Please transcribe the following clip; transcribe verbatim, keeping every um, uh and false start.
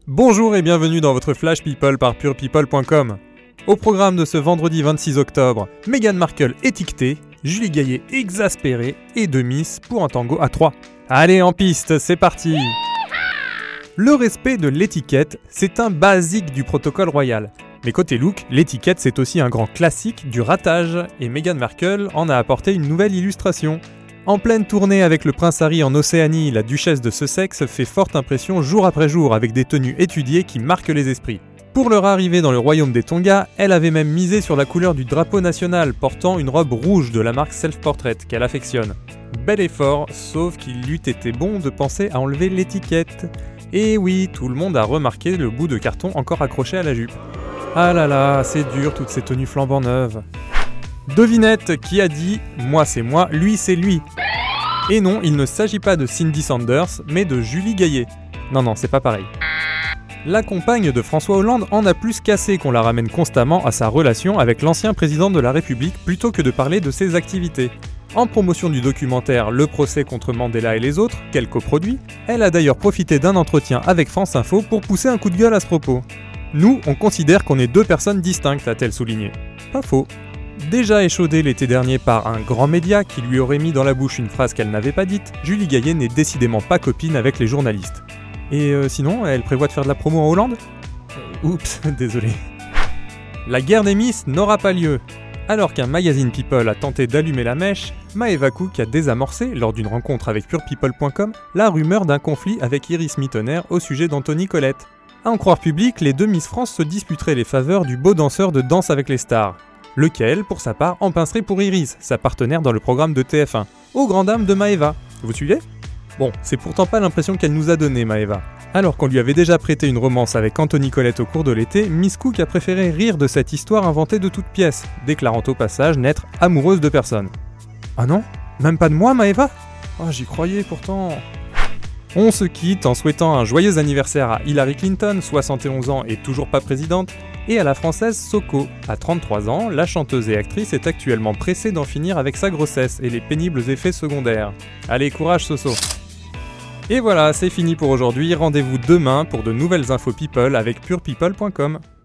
Bonjour et bienvenue dans votre Flash People par pure people point com. Au programme de ce vendredi vingt-six octobre, Meghan Markle étiquetée, Julie Gaillet exaspérée et deux Miss pour un tango à trois. Allez en piste, c'est parti. Le respect de l'étiquette, c'est un basique du protocole royal. Mais côté look, l'étiquette c'est aussi un grand classique du ratage et Meghan Markle en a apporté une nouvelle illustration. En pleine tournée avec le prince Harry en Océanie, la duchesse de Sussex fait forte impression jour après jour avec des tenues étudiées qui marquent les esprits. Pour leur arrivée dans le royaume des Tonga, elle avait même misé sur la couleur du drapeau national, portant une robe rouge de la marque Self-Portrait qu'elle affectionne. Bel effort, sauf qu'il eût été bon de penser à enlever l'étiquette. Et oui, tout le monde a remarqué le bout de carton encore accroché à la jupe. Ah là là, c'est dur toutes ces tenues flambant neuves. Devinette qui a dit « Moi c'est moi, lui c'est lui ». Et non, il ne s'agit pas de Cindy Sanders, mais de Julie Gaillet. Non, non, c'est pas pareil. La compagne de François Hollande en a plus qu'assez qu'on la ramène constamment à sa relation avec l'ancien président de la République plutôt que de parler de ses activités. En promotion du documentaire Le procès contre Mandela et les autres, qu'elle coproduit, elle a d'ailleurs profité d'un entretien avec France Info pour pousser un coup de gueule à ce propos. Nous, on considère qu'on est deux personnes distinctes, a-t-elle souligné. Pas faux. Déjà échaudée l'été dernier par un grand média qui lui aurait mis dans la bouche une phrase qu'elle n'avait pas dite, Julie Gaillet n'est décidément pas copine avec les journalistes. Et euh, sinon, elle prévoit de faire de la promo en Hollande ? euh, Oups, désolé. La guerre des Miss n'aura pas lieu. Alors qu'un magazine People a tenté d'allumer la mèche, Maëva Cook a désamorcé, lors d'une rencontre avec pure people point com, la rumeur d'un conflit avec Iris Mittener au sujet d'Anthony Colette. À en croire public, les deux Miss France se disputeraient les faveurs du beau danseur de Danse avec les stars. Lequel, pour sa part, en pincerait pour Iris, sa partenaire dans le programme de T F un, aux grandes dames de Maëva. Vous suivez ? Bon, c'est pourtant pas l'impression qu'elle nous a donnée, Maëva. Alors qu'on lui avait déjà prêté une romance avec Anthony Colette au cours de l'été, Miss Cook a préféré rire de cette histoire inventée de toutes pièces, déclarant au passage n'être amoureuse de personne. Ah non ? Même pas de moi, Maëva ? Oh, j'y croyais pourtant. On se quitte en souhaitant un joyeux anniversaire à Hillary Clinton, soixante et onze ans et toujours pas présidente, et à la française Soko. À trente-trois ans, la chanteuse et actrice est actuellement pressée d'en finir avec sa grossesse et les pénibles effets secondaires. Allez, courage Soso. Et voilà, c'est fini pour aujourd'hui, rendez-vous demain pour de nouvelles infos people avec pure people point com.